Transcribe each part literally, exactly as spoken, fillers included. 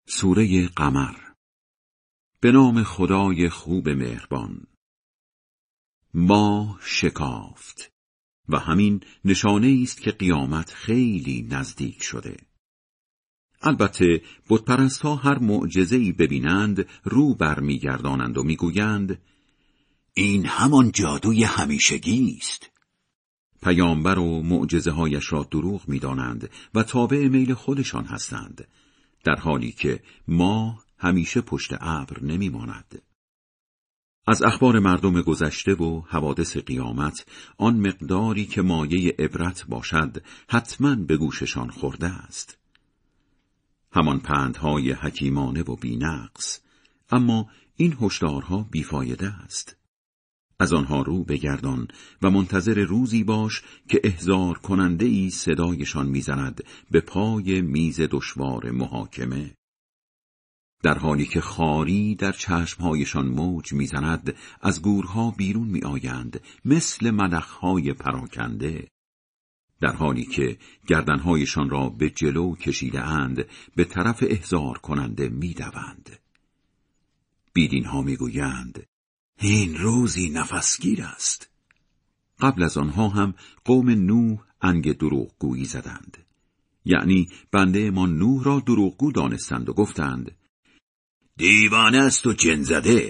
سوره قمر. به نام خدای خوب مهربان. ماه شکافت و همین نشانه است که قیامت خیلی نزدیک شده. البته بتپرست‌ها هر معجزه‌ای ببینند رو برمیگردانند و میگویند این همان جادوی همیشگی است. پیامبر و معجزه‌هایش را دروغ می‌دانند و تابع میل خودشان هستند، در حالی که ماه همیشه پشت ابر نمی‌ماند. از اخبار مردم گذشته و حوادث قیامت آن مقداری که مایه عبرت باشد حتماً به گوششان خورده است. همان پندهای حکیمانه و بی‌نقص، اما این هشدارها بیفایده است. از آنها رو بگردان و منتظر روزی باش که احضار کننده ای صدایشان میزند به پای میز دشوار محاکمه. در حالی که خاری در چشمهایشان موج میزند، از گورها بیرون میآیند مثل ملخهای پراکنده. در حالی که گردنهایشان را به جلو کشیده اند، به طرف احضار کننده میدوند. بیدینها میگویند این روزی نفسگیر است. قبل از آنها هم قوم نوح انگ دروغگویی زدند. یعنی بنده ما نوح را دروغگو دانستند و گفتند دیوانه است و جن زده.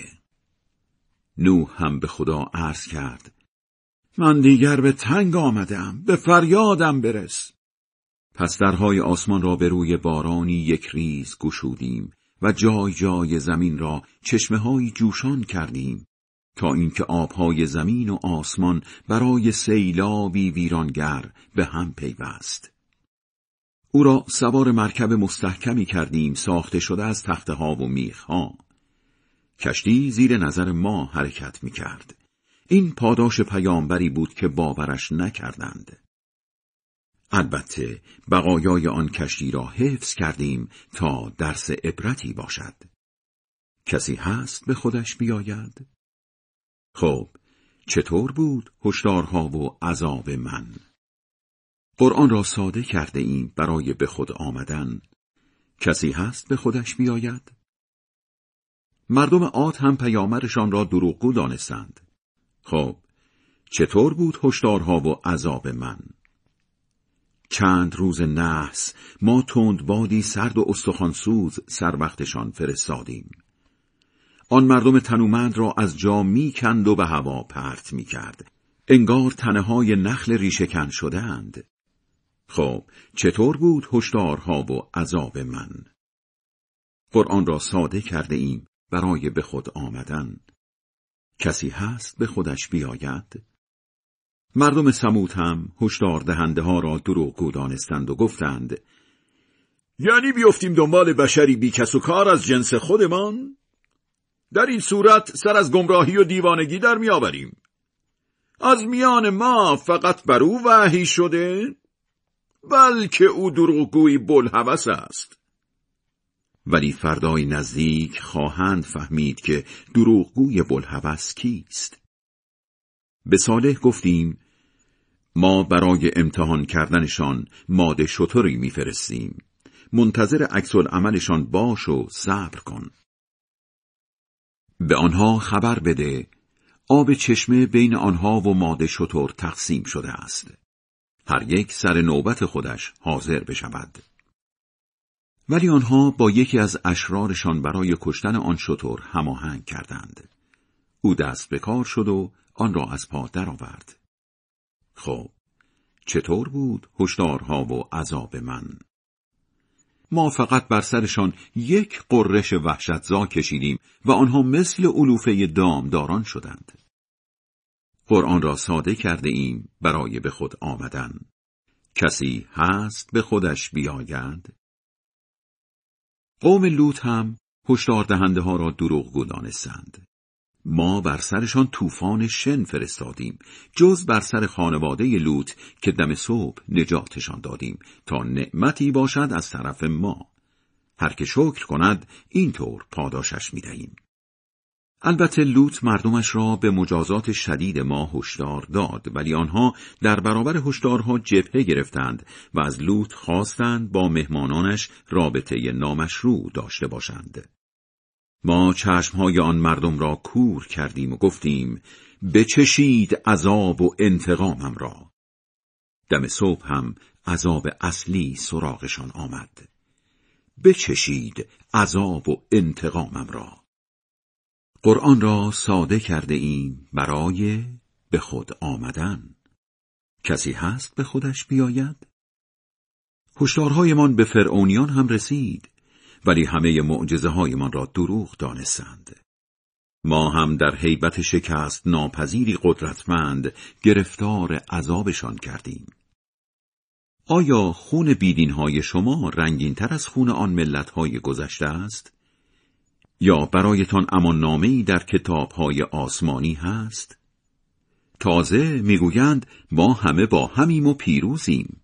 نوح هم به خدا عرض کرد من دیگر به تنگ آمدم، به فریادم برس. پس درهای آسمان را به روی بارانی یک ریز گشودیم و جای جای زمین را چشمه‌های جوشان کردیم تا اینکه آبهای زمین و آسمان برای سیلابی ویرانگر به هم پیوست. او را سوار مرکب مستحکمی کردیم ساخته شده از تخته‌ها و میخ‌ها. کشتی زیر نظر ما حرکت می‌کرد. این پاداش پیامبری بود که باورش نکردند. البته بقایای آن کشتی را حفظ کردیم تا درس عبرتی باشد. کسی هست به خودش بیاید؟ خب چطور بود هشدارها و عذاب من؟ قرآن را ساده کرده ایم برای به خود آمدن. کسی هست به خودش بیاید؟ مردم عاد هم پیامبرشان را دروغگو دانستند. خب چطور بود هشدارها و عذاب من؟ چند روز نحس ما تندبادی سرد و استخوانسوز سر وقتشان فرستادیم. آن مردم تنومند را از جا می کند و به هوا پرت می کرد. انگار تنه های نخل ریشه‌کن شدند. خب چطور بود هشدارها و عذاب من؟ قرآن را ساده کرده ایم برای به خود آمدن. کسی هست به خودش بیاید؟ مردم ثمود هم هشدار دهنده ها را دروغگو دانستند و گفتند یعنی بیفتیم دنبال بشری بی کس و کار از جنس خودمان؟ در این صورت سر از گمراهی و دیوانگی در می آوریم. از میان ما فقط بر او وحی شده، بلکه او دروغگویی بوالهوس است. ولی فردای نزدیک خواهند فهمید که دروغگوی بوالهوس کیست. به صالح گفتیم ما برای امتحان کردنشان ماده شتری میفرستیم. منتظر عکس العملشان باش و صبر کن. به آنها خبر بده آب چشمه بین آنها و ماده شتر تقسیم شده است. هر یک سر نوبت خودش حاضر بشود. ولی آنها با یکی از اشرارشان برای کشتن آن شتر هماهنگ کردند. او دست به کار شد و آن را از پا درآورد. خب چطور بود هشدارها و عذاب من؟ ما فقط بر سرشان یک قررش وحشتزا کشیدیم و آنها مثل علوفه دامداران شدند. قرآن را ساده کرده ایم برای به خود آمدن. کسی هست به خودش بیاید؟ قوم لوط هم هشدار دهنده ها را دروغگو دانستند. ما بر سرشان طوفان شن فرستادیم، جز بر سر خانواده لوط که دم صبح نجاتشان دادیم تا نعمتی باشد از طرف ما. هر که شکر کند اینطور پاداشش می‌دهیم. البته لوط مردمش را به مجازات شدید ما هشدار داد، ولی آنها در برابر هشدارها جبهه گرفتند و از لوط خواستند با مهمانانش رابطه نامشروع داشته باشند. ما چشمهای آن مردم را کور کردیم و گفتیم بچشید عذاب و انتقامم را. دم صبح هم عذاب اصلی سراغشان آمد. بچشید عذاب و انتقامم را. قرآن را ساده کرده ایم برای به خود آمدن. کسی هست به خودش بیاید؟ هشدارهایمان به فرعونیان هم رسید، ولی همه معجزه هایمان را دروغ دانستند. ما هم در هیبت شکست ناپذیری قدرتمند گرفتار عذابشان کردیم. آیا خون بیدینهای شما رنگین‌تر از خون آن ملت‌های گذشته است؟ یا برایتان امان‌نامه‌ای در کتاب‌های آسمانی هست؟ تازه میگویند ما همه با همیم و پیروزیم.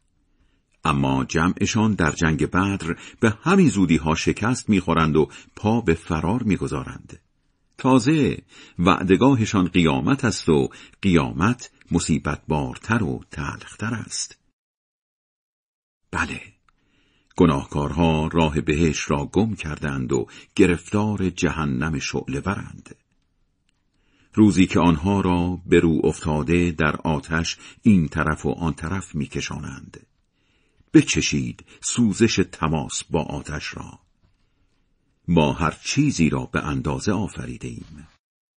اما جمعشان در جنگ بدر به همین زودی‌ها شکست می‌خورند و پا به فرار می‌گذارند. تازه وعدگاهشان قیامت است و قیامت مصیبت بارتر و تلختر است. بله، گناهکارها راه بهشت را گم کردند و گرفتار جهنم شعله برند. روزی که آنها را به رو افتاده در آتش این طرف و آن طرف می‌کشانند. بچشید سوزش تماس با آتش را. ما هر چیزی را به اندازه آفریده ایم.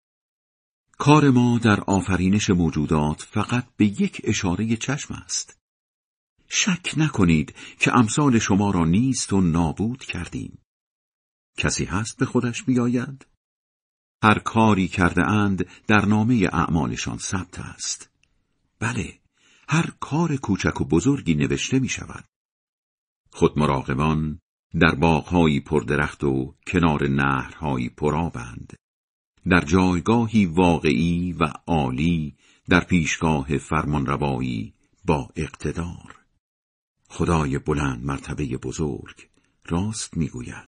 کار ما در آفرینش موجودات فقط به یک اشاره چشم است. شک نکنید که امثال شما را نیست و نابود کردیم. کسی هست به خودش بیاید؟ هر کاری کرده اند در نامه اعمالشان ثبت است. بله، هر کار کوچک و بزرگی نوشته می شود. خود مراقبان در باغ‌هایی پردرخت و کنار نهرهایی پرآبند، در جایگاهی واقعی و عالی، در پیشگاه فرمانروایی با اقتدار. خدای بلند مرتبه بزرگ راست میگوید.